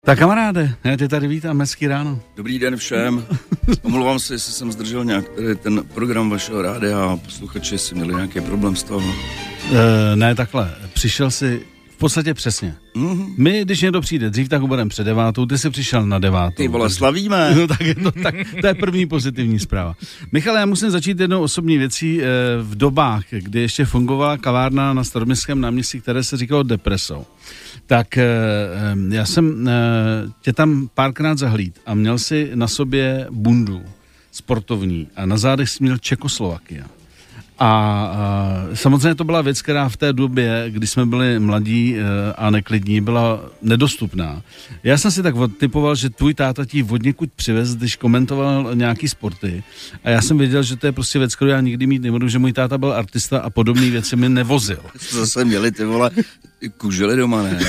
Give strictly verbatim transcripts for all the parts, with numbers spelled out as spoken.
Tak kamaráde, já tě tady vítám, hezký ráno. Dobrý den všem. Omlouvám se, jestli jsem zdržel nějak ten program vašeho rádia a posluchači, jestli měli nějaký problém z toho. E, ne, takhle, přišel si v podstatě přesně. Mm-hmm. My, když někdo přijde dřív, tak budeme před devátou, ty jsi přišel na devátou. Ty vole, slavíme. No tak, no, tak to je první pozitivní zpráva. Michale, já musím začít jednou osobní věcí. E, v dobách, kdy ještě fungovala kavárna na Staroměstském náměstí, které se říkalo Depreso, tak e, já jsem e, tě tam párkrát zahlíd a měl si na sobě bundu sportovní a na zádech jsi měl Čekoslovakia. A, a samozřejmě to byla věc, která v té době, kdy jsme byli mladí a neklidní, byla nedostupná. Já jsem si tak odtypoval, že tvůj táta ti odněkud přivez, když komentoval nějaký sporty. A já jsem věděl, že to je prostě věc, kterou já nikdy mít nebudu, že můj táta byl artista a podobné věci mi nevozil. Zase měli ty vole kužely doma, ne?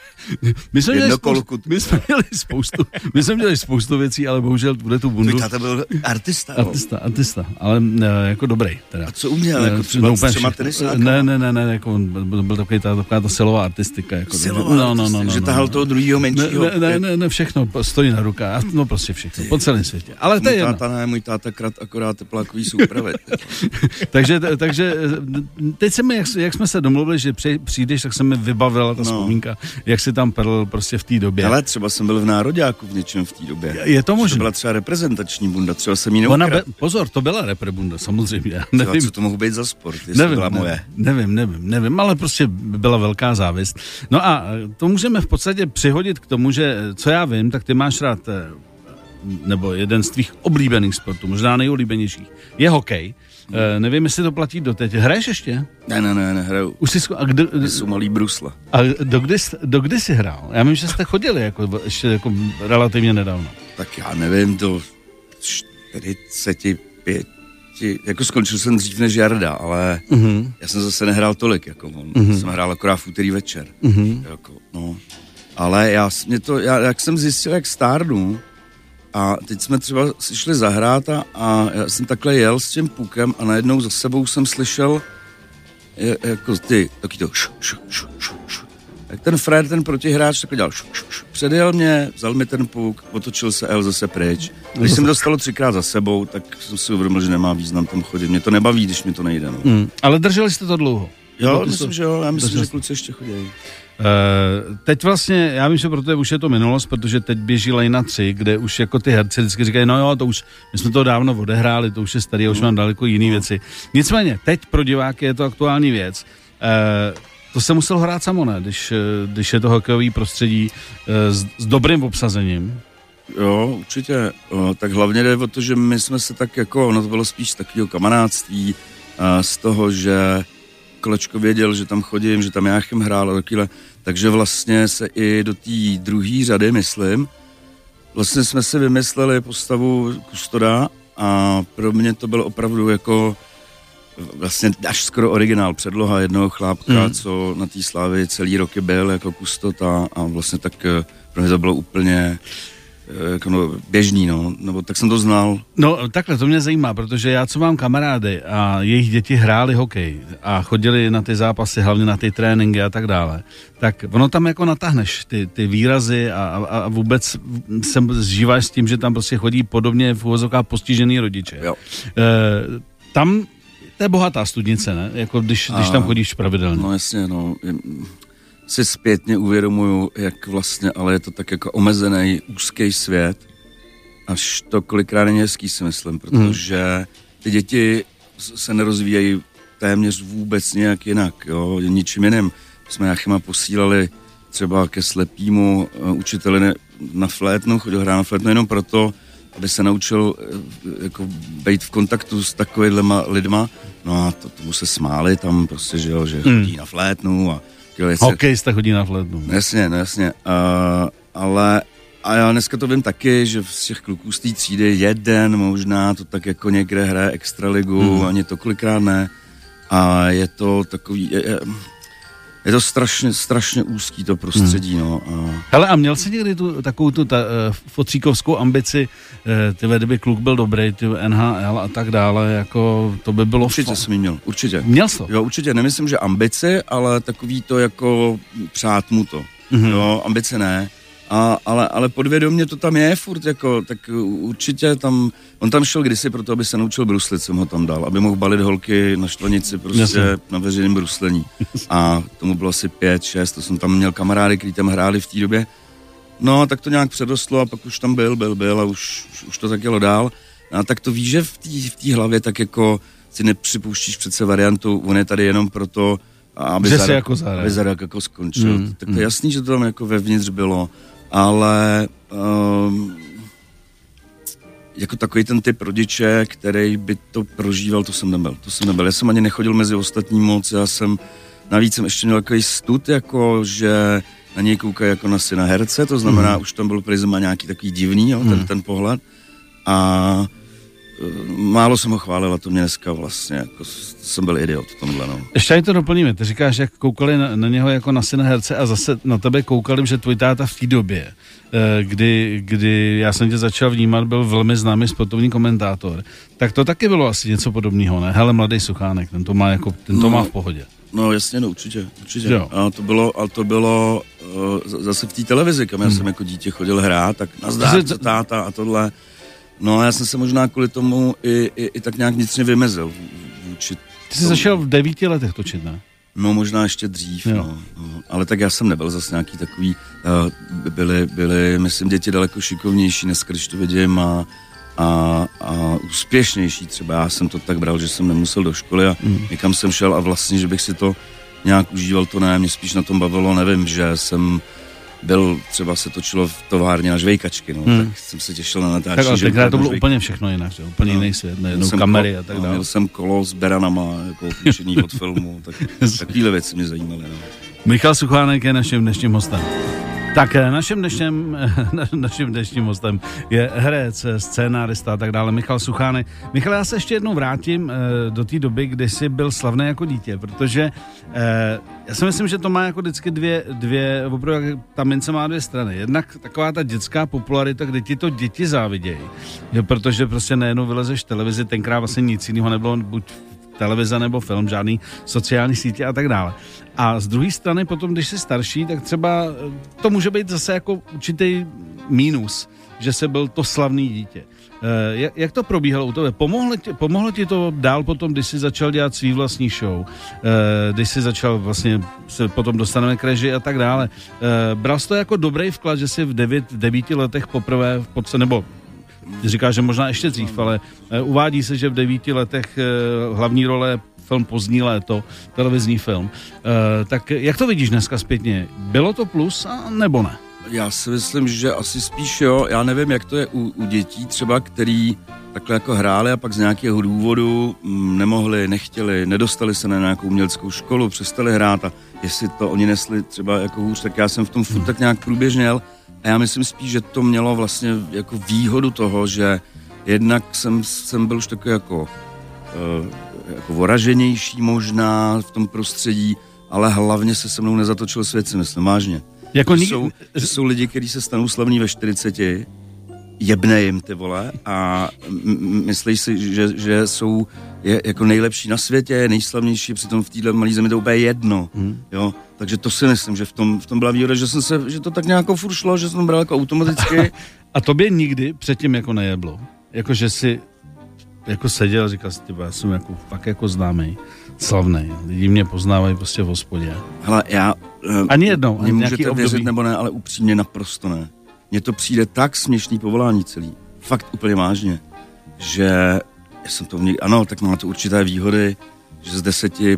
My jsme, měli spoustu, my jsme měli spoustu, my jsme měli spoustu věcí, ale bohužel bude tu bundu. Tvůj táta byl artista. Artista, artista, ale ne, jako dobrý. Teda. A co uměl? Jako třeba no, s třema tenisákama? Ne, ne, ne, ne, jako byl, byl takový ta, taková ta silová artistika. Jako, silová no, no, no, no, že no, tahal no, toho druhýho menšího. Ne, ne, ne, ne, všechno stojí na rukách, no prostě všechno, po celém světě. Ale to je jedno. Můj táta ne, můj táta krát akorát teplákový soupravy. takže, takže teď se mi, jak, jak jsme se domluvili, že přijdeš, tak se mi vybavila ta no. vzpomínka, jak si tam perl prostě v té době. Ale třeba jsem byl v Nároďáku v něčem v té době. Je to možné. To byla třeba reprezentační bunda, třeba jsem jí neukradl. Pozor, to byla reprebunda, samozřejmě. Třeba, nevím, co to mohl být za sport, jestli nevím, byla nevím, moje. Nevím, nevím, nevím, ale prostě byla velká závist. No a to můžeme v podstatě přihodit k tomu, že co já vím, tak ty máš rád, nebo jeden z tvých oblíbených sportů, možná nejoblíbenějších, je hokej. Hmm. E, nevím, jestli to platí doteď. Hraješ ještě? Ne, ne, ne, nehraju. Už jsi zko- a kdo, jsou malý brusla. A do kdy, do kdy jsi hrál? Já vím, že jste chodili jako, ještě jako relativně nedávno. Tak já nevím, do čtyřicet pět, jako skončil jsem dřív než Jarda, ale uh-huh. já jsem zase nehrál tolik, jako on. Uh-huh. Jsem hrál akorát v úterý večer. Uh-huh. Jako, no. Ale já, mě to, já, jak jsem zjistil, jak stárnu, a teď jsme třeba si šli zahrát a, a já jsem takhle jel s tím pukem a najednou za sebou jsem slyšel je, jako ty, taky to šu, šu, šu, šu, šu. Jak ten Fred, ten protihráč, takhle dělal šu, šu, šu. Předjel mě, vzal mi ten puk, otočil se el zase pryč. Když jsem dostalo třikrát za sebou, tak jsem si uvědomil, že nemá význam tam chodit. Mě to nebaví, když mi to nejde. No. Mm, ale drželi jste to dlouho? Jo, myslím, to... že jo, já myslím, drželi... že kluci ještě chodí. Uh, teď vlastně, já vím, že pro to už je to minulost, protože teď běží Lejna tři, kde už jako ty herci vždycky říkají, no jo, to už, my jsme to dávno odehráli, to už je starý, už mám daleko jiný věci. Nicméně, teď pro diváky je to aktuální věc. Uh, to se musel hrát samo, ne, když, když je to hokejový prostředí uh, s, s dobrým obsazením. Jo, určitě. O, tak hlavně jde o to, že my jsme se tak jako, ono to bylo spíš takového kamarádství, a z toho, že Kolečko věděl, že tam chodím, že tam Jáchym hrál a takhle, takže vlastně se i do té druhé řady, myslím, vlastně jsme si vymysleli postavu kustoda a pro mě to bylo opravdu jako vlastně až skoro originál, předloha jednoho chlápka, mm. co na té Slávii celý roky byl jako kustod a, a vlastně tak pro mě to bylo úplně jako no, běžný, no, nebo tak jsem to znal. No takhle, to mě zajímá, protože já, co mám kamarády a jejich děti hráli hokej a chodili na ty zápasy, hlavně na ty tréninky a tak dále, tak ono tam jako natáhneš ty, ty výrazy a, a, a vůbec se zžíváš s tím, že tam prostě chodí podobně v uvozovkách postižený rodiče. Jo. E, tam to je bohatá studnice, ne? Jako když, a, když tam chodíš pravidelně. No jasně, no. Si zpětně uvědomuju, jak vlastně, ale je to tak jako omezený, úzký svět, až to kolikrát není hezký, si myslím, protože ty děti se nerozvíjejí téměř vůbec nějak jinak, jo, ničím jiným. Jsme Jáchyma posílali třeba ke slepýmu učiteli na flétnu, chodil hrát na flétnu jenom proto, aby se naučil jako být v kontaktu s takovýhlema lidma, no a to, tomu se smáli tam prostě, že jo, že chodí mm. na flétnu a hokejista chodí na flétnu. Jasně, no jasně. Uh, ale a já dneska to vím taky, že z těch kluků z té třídy jeden možná to tak jako někde hraje extraligu, hmm. ani to kolikrát ne. A je to takový, je, je, je to strašně, strašně úzký to prostředí, hmm. no. A... Hele, a měl jsi někdy tu, takovou tu ta, uh, fotříkovskou ambici, uh, ty kdyby kluk byl dobrý, ty N H L a tak dále, jako to by bylo... Určitě jsem ji měl, určitě. Měl jsi to? Jo, určitě, nemyslím, že ambici, ale takový to jako přát mu to. Mm-hmm. Jo, ambice ne, A, ale, ale podvědomě to tam je furt, jako, tak určitě tam, on tam šel kdysi proto, aby se naučil bruslit, jsem ho tam dal, aby mohl balit holky na štvanici prostě Jasně. na veřejném bruslení. A tomu bylo asi pět, šest, to jsem tam měl kamarády, kteří tam hráli v té době. No, tak to nějak předrostlo a pak už tam byl, byl, byl a už, už, už to tak jelo dál. A tak to víš, že v té v té hlavě tak jako si nepřipouštíš přece variantu, on je tady jenom proto, aby že Zarak, jako, aby Zarak jako skončil. Mm, tak to je jasný, že to tam jako vevnitř bylo, ale um, jako takový ten typ rodiče, který by to prožíval, to jsem nebyl. To jsem nebyl. Já jsem ani nechodil mezi ostatní moc, já jsem navíc jsem ještě měl takový stud, jako že na něj koukají jako na syna herce, to znamená, mm. už tam byl prizma nějaký takový divný, jo, ten, mm. ten pohled. A málo jsem ho chválil a to mě dneska vlastně, jako jsem byl idiot v tomhle, no. Ještě tady to doplníme, ty říkáš, jak koukali na, na něho jako na syna herce a zase na tebe koukali, že tvůj táta v té době, kdy, kdy já jsem tě začal vnímat, byl velmi známý sportovní komentátor, tak to taky bylo asi něco podobného, ne? Hele, mladý Suchánek, ten to má jako, ten to no, má v pohodě. No jasně, no určitě, určitě. A to bylo, a to bylo uh, zase v té televizi, kam já hmm. jsem jako dítě chodil hrát, tak nazdár, co táta a tohle. No a já jsem se možná kvůli tomu i, i, i tak nějak vnitřně vymezil vůči. Ty jsi začal v devíti letech točit, ne? No možná ještě dřív, no, no. Ale tak já jsem nebyl zase nějaký takový, uh, byly, byly, myslím, děti daleko šikovnější, dneska, když to vidím, a, a, a úspěšnější třeba. Já jsem to tak bral, že jsem nemusel do školy a mm. někam jsem šel a vlastně, že bych si to nějak užíval, to ne, mě spíš na tom bavilo, nevím, že jsem byl, třeba se točilo v továrně na žvejkačky, no, hmm. tak jsem se těšil na natáčení. Tak ale tenkrát to bylo žvejka. Úplně všechno jinak, že? Úplně no. jiný svět, nejednou kamery a tak dále. Měl jsem kolo s beranama, jako učení od filmu, tak takovýhle věci mě zajímaly. No. Michal Suchánek je naším dnešním hostem. Tak naším dnešním, naším dnešním hostem je herec, scénárista a tak dále, Michal Suchánek. Michal, já se ještě jednou vrátím do té doby, kdy jsi byl slavný jako dítě, protože já si myslím, že to má jako vždycky dvě, dvě opravdu ta mince má dvě strany. Jednak taková ta dětská popularita, kdy ti to děti závidějí, protože prostě nejenom vylezeš v televizi, tenkrát vlastně nic jiného nebylo, buď televize nebo film, žádný sociální sítě a tak dále. A z druhé strany potom, když jsi starší, tak třeba to může být zase jako určitý mínus, že jsi byl to slavný dítě. Jak, jak to probíhalo u tebe? Pomohlo ti, pomohlo ti to dál potom, když jsi začal dělat svý vlastní show, když jsi začal vlastně se potom dostaneme k režii a tak dále. Bral jsi to jako dobrý vklad, že jsi v, devět, v devíti letech poprvé v podstatě, nebo říkáš, že možná ještě dřív, ale uvádí se, že v devíti letech hlavní role film Pozdní léto, televizní film. Tak jak to vidíš dneska zpětně? Bylo to plus a nebo ne? Já si myslím, že asi spíš jo. Já nevím, jak to je u, u dětí třeba, který takhle jako hráli a pak z nějakého důvodu m, nemohli, nechtěli, nedostali se na nějakou uměleckou školu, přestali hrát a jestli to oni nesli třeba jako hůř, tak já jsem v tom furt tak nějak průběžně jel. A já myslím spíš, že to mělo vlastně jako výhodu toho, že jednak jsem, jsem byl už takový jako, uh, jako voraženější možná v tom prostředí, ale hlavně se se mnou nezatočil svět, si myslím, vážně. Jako že, jsou, že jsou lidi, kteří se stanou slavní ve čtyřiceti, jebne jim ty vole a m- myslíš si, že, že jsou je, jako nejlepší na světě, nejslavnější, přitom v téhle malé zemi to úplně jedno, hmm. jo. Takže to si myslím, že v tom, v tom byla výhoda, že jsem se, že to tak nějak furt šlo, že jsem to bral jako automaticky. A tobě nikdy předtím jako nejeblo? Jako, že jsi jako seděl, říkal si, tyba, já jsem jako fakt jako známej, slavnej, lidi mě poznávají prostě v hospodě. Hele, já... Ani jednou, ani můžete věřit nebo ne, ale upřímně naprosto ne. Mně to přijde tak směšný povolání celý, fakt úplně vážně, že já jsem to někdy, ano, tak má to určité výhody, že z deseti,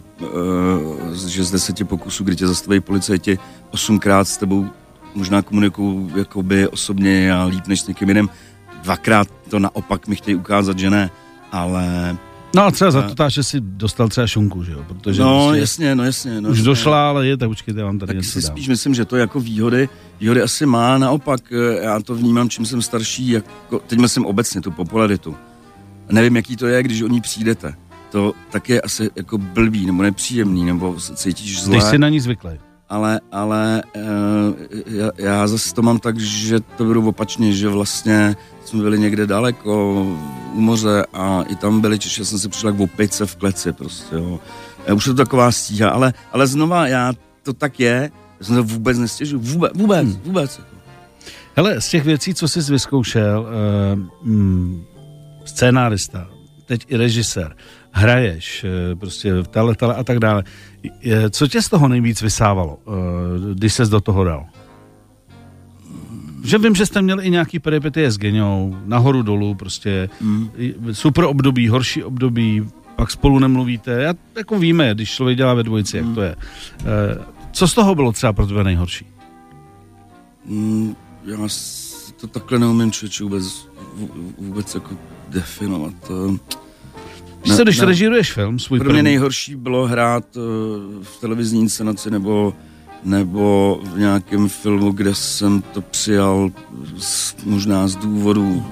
uh, že z deseti pokusů, kdy tě zastaví policajti, osmkrát s tebou možná komunikují jakoby osobně a líp než s někým jiným, dvakrát to naopak mi chtějí ukázat, že ne, ale... No a třeba za to tá, že si dostal třeba šunku, že jo? Protože no prostě jasně, no jasně. No, už jasně. došla, ale je, tak počkejte, já vám tady tak něco si dám. spíš myslím, že to jako výhody, výhody asi má, naopak já to vnímám, čím jsem starší, jako, teď myslím obecně tu popularitu. Nevím, jaký to je, když o ní přijdete. To tak je asi jako blbý, nebo nepříjemný, nebo cítíš zlé. Ty jsi na ní zvyklý. Ale, ale uh, já, já zase to mám tak, že to beru opačně, že vlastně jsme byli někde daleko u moře a i tam byli Češi, já jsem si přišel jak v opice v kleci prostě, jo. Už je to taková stíha, ale, ale znova já to tak je, já jsem to vůbec nestěžuji, vůbec, vůbec, hmm. vůbec. Jako. Hele, z těch věcí, co jsi vyzkoušel, uh, mm, scénárista, teď i režisér, hraješ, uh, prostě v tele, tele a tak dále. Co tě z toho nejvíc vysávalo, uh, když ses do toho dal? Že vím, že jste měli i nějaký peripetie s Geňou, nahoru dolů, prostě mm. super období, horší období, pak spolu nemluvíte. Já, jako víme, když člověk dělá ve dvojici, mm. jak to je. Uh, co z toho bylo třeba pro tebe nejhorší? Mm, já to takhle neumím člověče vůbec, vůbec jako definovat. Ne, když ne, režíruješ film svůj pro mě první. Nejhorší bylo hrát uh, v televizní inscenaci nebo, nebo v nějakém filmu, kde jsem to přijal z, možná z důvodu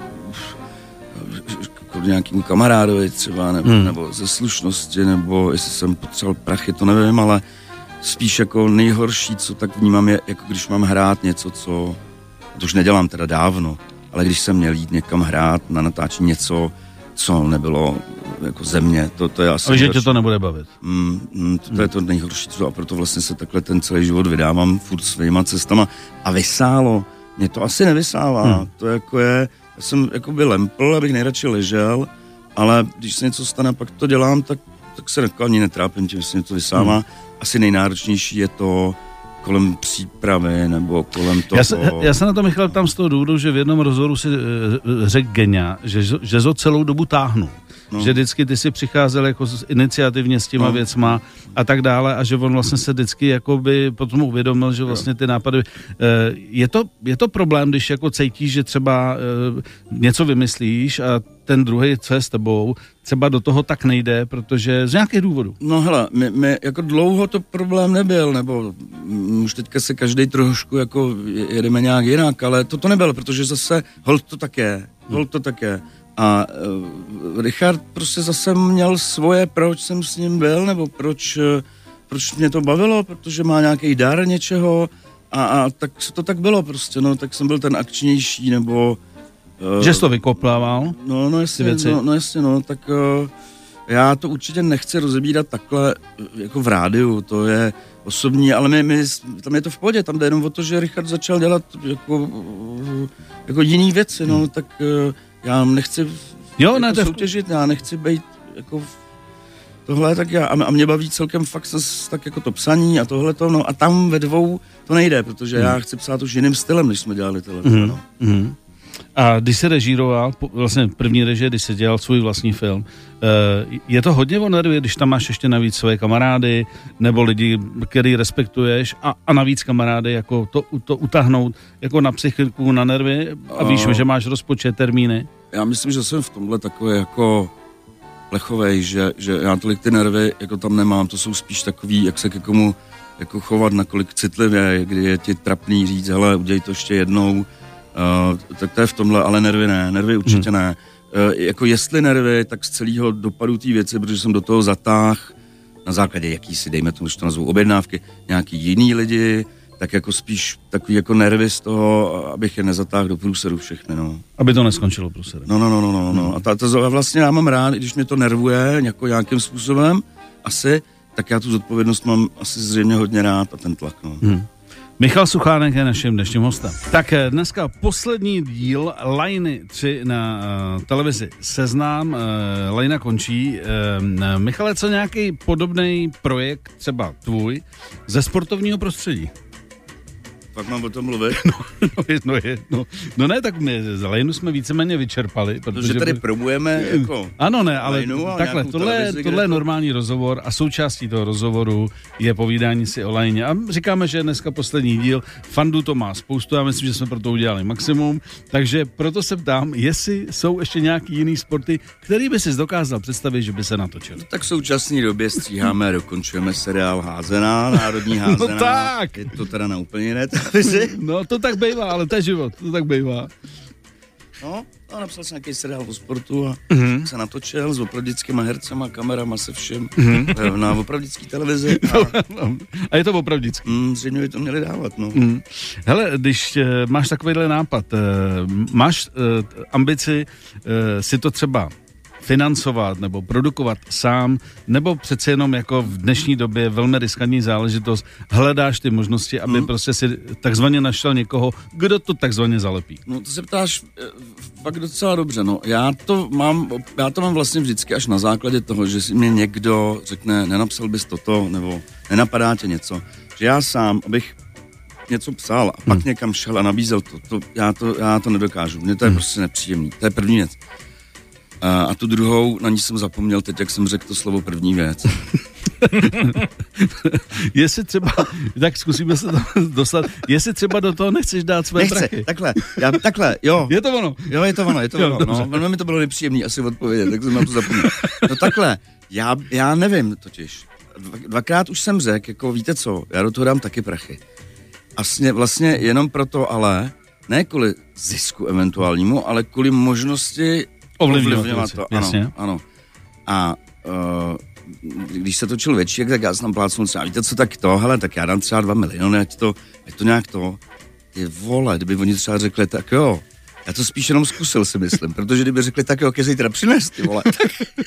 k nějakému kamarádovi třeba, nebo, hmm. nebo ze slušnosti, nebo jestli jsem potřeboval prachy, to nevím, ale spíš jako nejhorší, co tak vnímám, je jako když mám hrát něco, co, to už nedělám teda dávno, ale když jsem měl jít někam hrát na natáčení něco, co nebylo jako země, to, to je asi... Ale že tě to nebude bavit. Mm, mm, to, to je to nejhorší, co, a proto vlastně se takhle ten celý život vydávám furt svýma cestama a vysálo, mě to asi nevysává, hmm. to jako je, já jsem jako by lempl, abych nejradši ležel, ale když se něco stane, pak to dělám, tak, tak se ani netrápím tím, že se mě to vysává. Hmm. Asi nejnáročnější je to kolem přípravy, nebo kolem toho... Já se, já se na to, Michal, ptám z toho důvodu, že v jednom rozhovoru si řekl Geňa, že, že to celou dobu táhnu. No. Že vždycky ty si přicházel jako iniciativně s těma no. věcma a tak dále a že on vlastně se vždycky jakoby potom uvědomil, že vlastně ty nápady... Je to, je to problém, když jako cítíš, že třeba něco vymyslíš a ten druhý, co je s tebou, třeba do toho tak nejde, protože z nějakých důvodů. No hele, my, my jako dlouho to problém nebyl, nebo už teďka se každej trošku jako jedeme nějak jinak, ale to to nebyl, protože zase hold to tak je, hold to tak je. A uh, Richard prostě zase měl svoje, proč jsem s ním byl, nebo proč, uh, proč mě to bavilo, protože má nějaký dar něčeho a, a tak to tak bylo prostě, no, tak jsem byl ten akčnější, nebo... Uh, že jsi to vykoplával? No, no jasně, no, no jasně, no, tak uh, já to určitě nechci rozebírat takhle jako v rádiu, to je osobní, ale my, my, tam je to v pohodě, tam jde jenom o to, že Richard začal dělat jako, jako jiný věci, no, tak... Uh, já nechci jo, ne, jako soutěžit, já nechci být jako tohle, tak já, a mě baví celkem fakt se, tak jako to psaní a tohle to, no a tam ve dvou to nejde, protože mm. já chci psát už jiným stylem, než jsme dělali tohle. Mm. No. Mm. A když se režíroval, vlastně první režie, když se dělal svůj vlastní film, je to hodně o nervy, když tam máš ještě navíc své kamarády, nebo lidi, který respektuješ a, a navíc kamarády, jako to, to utáhnout jako na psychiku, na nervy a víš, a... že máš rozpočet, termíny? Já myslím, že jsem v tomhle takový jako plechovej, že, že já tolik ty nervy jako tam nemám, to jsou spíš takový, jak se ke komu jako chovat, nakolik citlivě, kdy je ti trapný říct, hele, udělej to ještě jednou. Uh, tak to je v tomhle, ale nervy ne, nervy určitě hmm. ne. Uh, jako jestli nervy, tak z celého dopadu té věci, protože jsem do toho zatáh na základě jakýsi, dejme tomu, že to nazvou objednávky, nějaký jiný lidi, tak jako spíš takový jako nervy z toho, abych je nezatáhl do průseru všechny, no. Aby to neskončilo průserem. No, no, no, no, no, no. Hmm. A ta, ta, vlastně já mám rád, když mě to nervuje jako nějakým způsobem, asi, tak já tu zodpovědnost mám asi zřejmě hodně rád a ten tlak, no. Hmm. Michal Suchánek je naším dnešním hostem. Tak dneska poslední díl Lajny tři na uh, televizi Seznam. Uh, Lajna končí. Uh, Michale, co nějaký podobný projekt, třeba tvůj, ze sportovního prostředí? Pak mám o tom mluvit. No, no, je, no, je, no, no ne, tak my za Lajnu jsme víceméně vyčerpali. Protože tady promujeme jako ano, ne, ale takhle, tohle, tohle je normální rozhovor a součástí toho rozhovoru je povídání si o Lajně. A říkáme, že je dneska poslední díl, fandů to má spoustu, já myslím, že jsme pro to udělali maximum, takže proto se ptám, jestli jsou ještě nějaký jiný sporty, který by si dokázal představit, že by se natočil. No, tak v současné době stříháme a dokončujeme seriál Házená, Národní Házená. No tak. Je to teda na úplně jiné. No to tak bývá, ale to je život, to tak bývá. No, a napsal jsem nějaký seriál o sportu a mm-hmm. se natočil s opravdickýma hercema, kamerama, se všem mm-hmm. na opravdický televizi. A, a je to opravdický. Mm, zřejmě by to měli dávat, no. Mm. Hele, když uh, máš takovýhle nápad, uh, máš uh, ambici uh, si to třeba financovat nebo produkovat sám, nebo přece jenom jako v dnešní době velmi riskantní záležitost, hledáš ty možnosti, aby hmm. prostě si takzvaně našel někoho, kdo to takzvaně zalepí. No to se ptáš fakt docela dobře, no. Já to mám, já to mám vlastně vždycky až na základě toho, že si mě někdo řekne, nenapsal bys toto, nebo nenapadá tě něco, že já sám, abych něco psal a pak hmm. někam šel a nabízel to, to, já to, já to nedokážu, mně to je hmm. prostě nepříjemný, to je první věc. A, a tu druhou, na ní jsem zapomněl teď, jak jsem řekl to slovo první věc. Jestli třeba, tak zkusíme se tam dostat, jestli třeba do toho nechceš dát své Nechce, prachy. takhle, já, takhle, jo. Je to ono. Jo, je to ono, je to jo, ono, no, velmi mi to bylo nepříjemný asi odpovědět, tak jsem na to zapomněl. No takhle, já, já nevím totiž, Dva, dvakrát už jsem řekl, jako víte co, já do toho dám taky prachy. Vlastně, vlastně jenom proto, ale ne kvůli zisku eventuálnímu, ale kvůli možnosti ovlivňovat to. Ano, jasně. ano. A uh, když se točil Večírek, tak já jsem tam plácnul třeba, víte co, tak to, hele, tak já dám třeba dva miliony, ať to, ať to nějak to, ty vole, kdyby oni třeba řekli, tak jo, já to spíš jenom zkusil, si myslím, protože kdyby řekli, tak jo, kezej teda přines, ty vole, tak,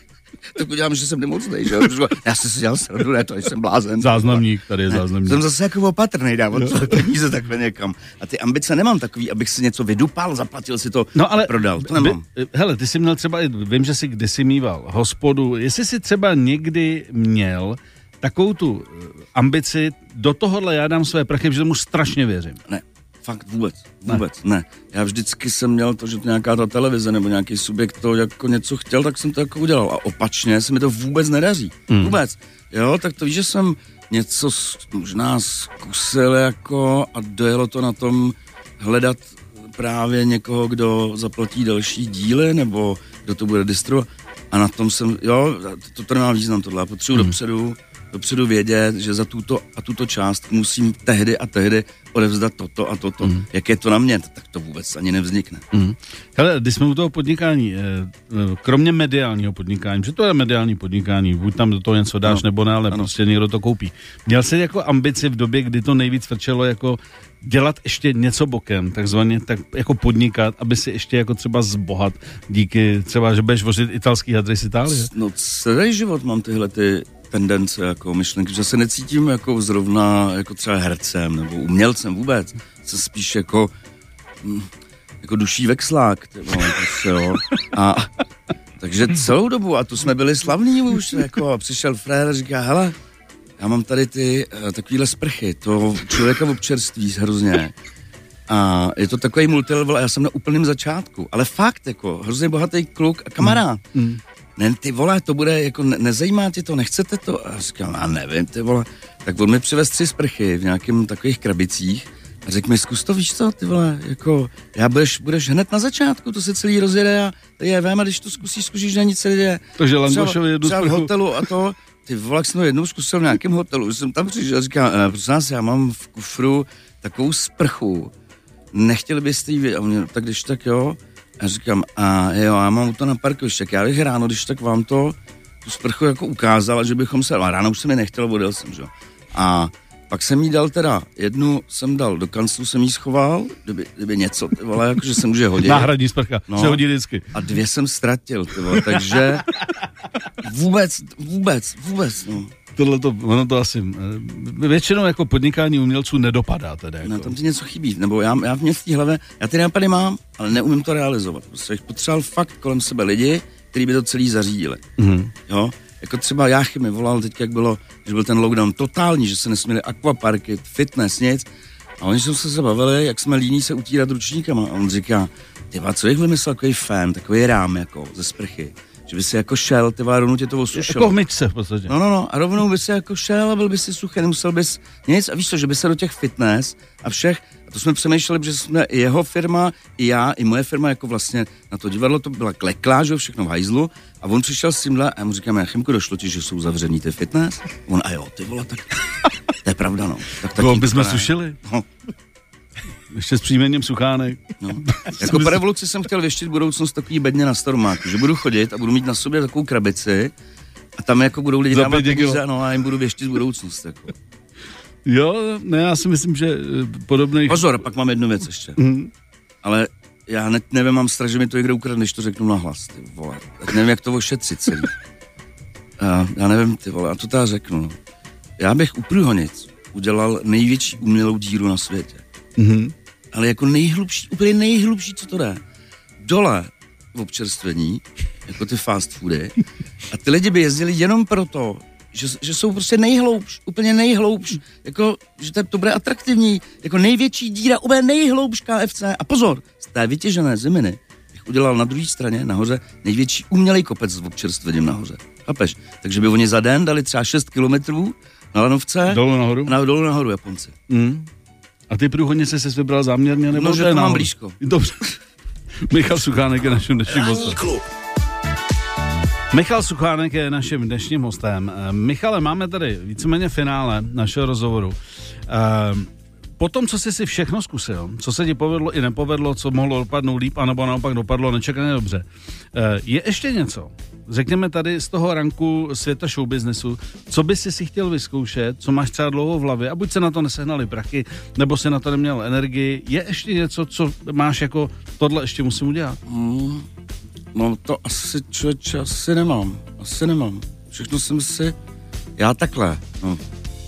tak udělám, že jsem nemocnej, že jo, já jsem si dělal sradu, ne, to jsem blázen. Záznamník, tady je záznamník. Jsem zase jako opatrnej, dám od peníze takhle někam. A ty ambice nemám takový, abych si něco vydupal, zaplatil si to, no, ale prodal, to nemám. By, hele, ty jsi měl třeba, vím, že jsi kdysi mýval hospodu, jestli jsi třeba někdy měl takovou tu ambici, do tohohle já dám své prachy, že tomu strašně věřím. Ne. Fakt vůbec, vůbec, ne. ne. Já vždycky jsem měl to, že to nějaká ta televize nebo nějaký subjekt to jako něco chtěl, tak jsem to jako udělal. A opačně se mi to vůbec nedaří. Mm. Vůbec. Jo, tak to víš, že jsem něco možná zkusil jako a dojelo to na tom hledat právě někoho, kdo zaplatí další díly nebo kdo to bude distribuovat. A na tom jsem, jo, to, to nemá význam tohle. Já potřebuji mm. dopředu dopředu vědět, že za tuto a tuto část musím tehdy a tehdy odevzdat toto a toto. Mm. Jak je to na mě, tak to vůbec ani nevznikne. Mm. Hele, když jsme u toho podnikání, kromě mediálního podnikání, že to je mediální podnikání, buď tam do toho něco dáš, no. nebo ne, ale ano. prostě někdo to koupí. Měl jsi jako ambici v době, kdy to nejvíc frčelo, jako dělat ještě něco bokem, takzvaně tak jako podnikat, aby si ještě jako třeba zbohat díky třeba, že budeš vozit italský hadry z Itálie? No celý život mám tyhle ty tendence, jako myšlenky, že se necítím jako zrovna jako třeba hercem nebo umělcem vůbec. Se spíš jako jako duší vexlák. Tyvo, prostě, jo. A takže celou dobu, a tu jsme byli slavní už, jako přišel frér a říká, hele, já mám tady ty uh, takovýhle sprchy, to člověka občerství hrozně. A je to takový multilevel a já jsem na úplném začátku, ale fakt, jako hrozně bohatý kluk a kamarád. Mm. Mm. Ne, ty vole, to bude, jako ne, nezajímá tě to, nechcete to? A já říkám, já nevím, ty vole. Tak on mi přivez tři sprchy v nějakým takových krabicích a řekl mi, zkus to, víš co, ty vole, jako, já budeš, budeš hned na začátku, to se celý rozjede a to je vem, a když to zkusíš, zkusíš, že nic se neděje. Takže Langošovi jednu sprchu. Třeba v hotelu a to, ty vole, jak jsem to jednou zkusil v nějakém hotelu, jsem tam přišel a říkám, prosím nás, já mám v kufru takovou sprchu, nechtěli byste jí vědět, a mě, tak když tak jo. A říkám, a jo, já mám to na parkovišti, tak já bych ráno, když tak vám to, tu sprchu jako ukázal, že bychom se, a ráno už se mi nechtěl, odjel jsem, že jo. A pak jsem jí dal teda, jednu jsem dal do kanclu, jsem jí schoval, kdyby, kdyby něco, ty vole, jakože se může hodit. Náhradní sprcha, no, se hodí vždycky. A dvě jsem ztratil, ty vole, takže vůbec, vůbec, vůbec, no. Tohle to, ono to asi, většinou jako podnikání umělců nedopadá teda. Jako. No, tam ti něco chybí, nebo já, já v té hlavě, já ty nápady mám, ale neumím to realizovat. Prostě bych potřeboval fakt kolem sebe lidi, kteří by to celý zařídili. Mm-hmm. Jo? Jako třeba Jáchy mi volal teď, jak bylo, že byl ten lockdown totální, že se nesměli akvaparky, fitness, nic. A oni jsme se bavili, jak jsme líní se utírat ručníkama. A on říká, tyva, co jich vymyslel takový fém, takový rám jako ze sprchy. Že by si jako šel, ty vole, rovnou tě to osušilo. Jako v myčce v podstatě. No, no, no, a rovnou by si jako šel a byl by si suchý, nemusel bys nic. A víš co, že by se do těch fitness a všech, a to jsme přemýšleli, že jsme jeho firma, i já, i moje firma, jako vlastně na to divadlo, to byla kleklá, že všechno v hajzlu. A on přišel s tímhle a já mu říkám, Jachimku, došlo ti, že jsou zavřený ty fitness? On, a jo, ty vole, tak to je pravda, no. Tak taky bychom sušili. No. Ještě s příjmením Suchánek. No. Jako po revoluci jsem chtěl věštit budoucnost takový bedně na Staromáku, že budu chodit a budu mít na sobě takovou krabici a tam jako budou lidi dávat peníze, no a jim budu věštit budoucnost. Jako. Jo, ne, já si myslím, že podobný... Pozor, pak mám jednu věc ještě. Mm. Ale já ne, nevím, mám strach, že mi to někde ukradne, když to řeknu nahlas, ty vole. Tak nevím, jak to ošetřit celý. Já, já nevím, ty vole, a to teda řeknu. Já bych u Průhonic udělal největší umělou díru na světě. Mm-hmm. Ale jako nejhlubší, úplně nejhlubší, co to jde. Dole v občerstvení, jako ty fast foody. A ty lidi by jezdili jenom proto, že, že jsou prostě nejhloubš, úplně nejhloubš, jako, že to, to bude atraktivní, jako největší díra, úplně nejhloubš K F C. A pozor, z té vytěžené zeminy bych udělal na druhé straně, nahoře, největší umělej kopec s občerstvením nahoře. Chápeš? Takže by oni za den dali třeba šest kilometrů na lanovce. Dolu nahoru? Na, dolu nahoru Japonci. Mm. A ty Průhonice jsi vybral záměrně? Nebo no, že to nahoru? Mám blízko. Dobře. Michal Suchánek je naším dnešním hostem. Michal Suchánek je naším dnešním hostem. Michale, máme tady víceméně finále našeho rozhovoru. Po tom, co jsi si všechno zkusil, co se ti povedlo i nepovedlo, co mohlo dopadnout líp, anebo naopak dopadlo nečekaně dobře, je ještě něco, řekněme tady z toho ranku světa showbiznesu, co bys si chtěl vyzkoušet, co máš třeba dlouho v hlavě, a buď se na to nesehnali prachy, nebo si na to neměl energii, je ještě něco, co máš jako, tohle ještě musím udělat? Mm, no to asi, člověče, asi nemám, asi nemám. Všechno jsem si, já takhle, no.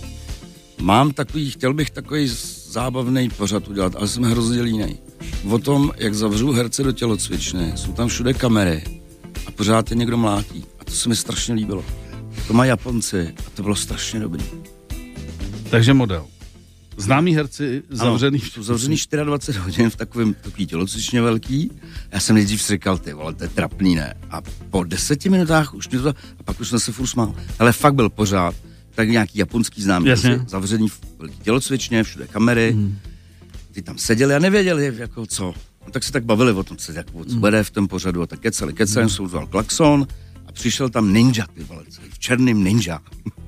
Mám takový, chtěl bych takový zábavný pořad udělat, ale jsem hrozně línej. O tom, jak zavřu herce do tělocvičny, jsou tam všude kamery a pořád je někdo mlátí. A to se mi strašně líbilo. To mají Japonci a to bylo strašně dobrý. Takže model. Známí herci zavřený, ano, zavřený dvacet čtyři hodin v takovém takový tělocvičně velký. Já jsem nejdřív si říkal, ty vole, to je trapný, ne? A po deseti minutách už mě to, a pak už jsem se furt smál. Ale fakt byl pořád. Tak nějaký japonský známý, zavřený v tělocvičně, všude kamery. Hmm. Ty tam seděli a nevěděli, jako co. No, tak se tak bavili o tom, co, jako, co bude v tom pořadu. A tak keceli, keceli, hmm. jsou zval klakson a přišel tam ninja, ty vole, v černým ninja.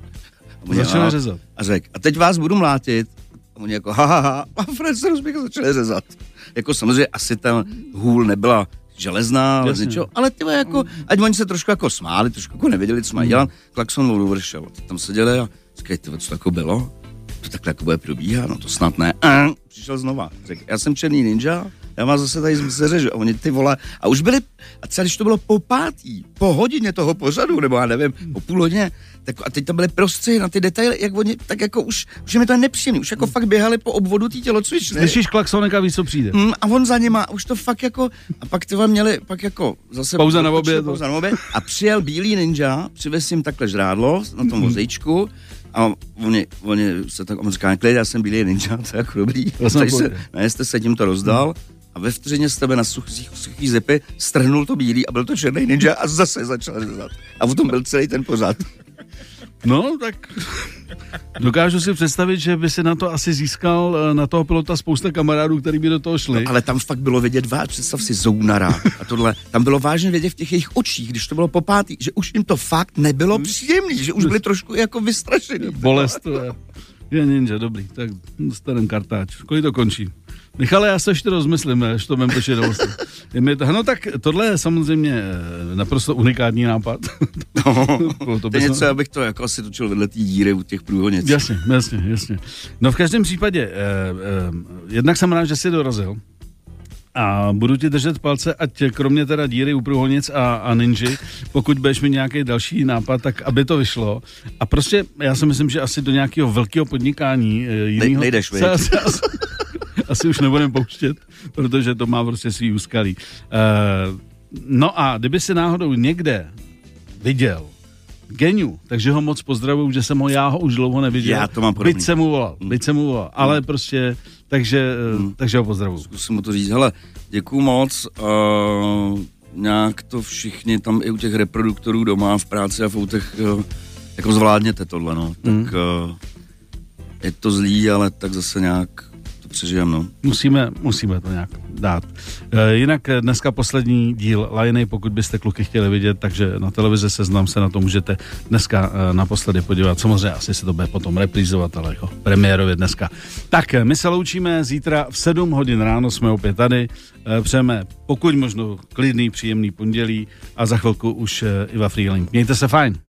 Začali řezat. A řekl, a teď vás budu mlátit. A oni jako, ha, ha, ha. A Fred se rozběhl, začali řezat. Jako samozřejmě asi ta hůl nebyla železná, ale něčeho, ale ty jako, ať oni se trošku jako smáli, trošku jako nevěděli, co mají dělat, klakson vodu vršel. Tam seděli a říkají, ty, co to jako bylo? To takhle jako bude probíhat, no to snad ne. A přišel znova, řekl, já jsem černý ninja, já vás zase tady zeřežu. A oni ty vole, a už byli, a třeba když to bylo po pátý, po hodině toho pořadu, nebo já nevím, po půl hodině, tak a teď tam byly prostřihy na ty detaily, jak oni, tak jako už, už je mi to nepříjemný, už jako fakt běhali po obvodu té tělocvičny. Slyšíš klaksonek a víš, co přijde. Mm, a on za nima, už to fakt jako, a pak ty měli, pak jako zase... Pauza na oběd. Pauza na oběd a přijel bílý ninja, přivez jim takhle žrádlo na tom vozejčku, a oni, oni se tak, on říká, klid, já jsem bílý ninja, to je jako dobrý. Takže se, najeste se, tím to rozdal a ve vteřině z tebe na suchý, suchý zipy strhnul to bílý a byl to černý ninja a zase začal řezat. A v tom byl celý ten pořad. No, tak dokážu si představit, že by si na to asi získal na toho pilota spousta kamarádů, který by do toho šli. No, ale tam fakt bylo vidět vážně, představ si zounara a tohle. Tam bylo vážně vidět v těch jejich očích, když to bylo po pátý, že už jim to fakt nebylo příjemný, že už byli trošku jako vystrašený. Bolest to je. Je ninja, dobrý, tak dostanem kartáč. Kolik to končí? Michale, já se ještě rozmyslím, až to budeme počít do No tak tohle je samozřejmě naprosto unikátní nápad. No, to, to je něco, abych to jako asi točil vedle té díry u těch průhonic. Jasně, jasně, jasně. No v každém případě, eh, eh, jednak jsem rád, že jsi dorazil. A budu ti držet palce, ať kromě teda díry u průhonic a, a ninji, pokud budeš mít nějaký další nápad, tak aby to vyšlo. A prostě já si myslím, že asi do nějakého velkého podnikání e, jinýho... Nejdeš, se, asi, asi, asi už nebudem pouštět, protože to má prostě svý úskalí. E, no a kdyby si náhodou někde viděl Geniu, takže ho moc pozdravuju, že jsem ho, já ho už dlouho neviděl. Já to mám podobný. Byť jsem mu volal, byť jsem mu volal, ale hmm. prostě, takže, hmm. takže ho pozdravuju. Zkusím mu to říct, hele, děkuju moc, uh, nějak to všichni tam i u těch reproduktorů doma v práci a v autech, uh, jako zvládněte tohle, no, hmm. tak uh, je to zlý, ale tak zase nějak to přežijem, no. Musíme, musíme to nějak dát. E, jinak dneska poslední díl Lajny, pokud byste kluky chtěli vidět, takže na televizi Seznam se na to můžete dneska e, naposledy podívat. Samozřejmě asi se to bude potom reprízovat, ale jako premiérově dneska. Tak, my se loučíme zítra v sedm hodin ráno, jsme opět tady. E, přejeme pokud možno klidný, příjemný pondělí a za chvilku už e, Iva Frýling. Mějte se fajn.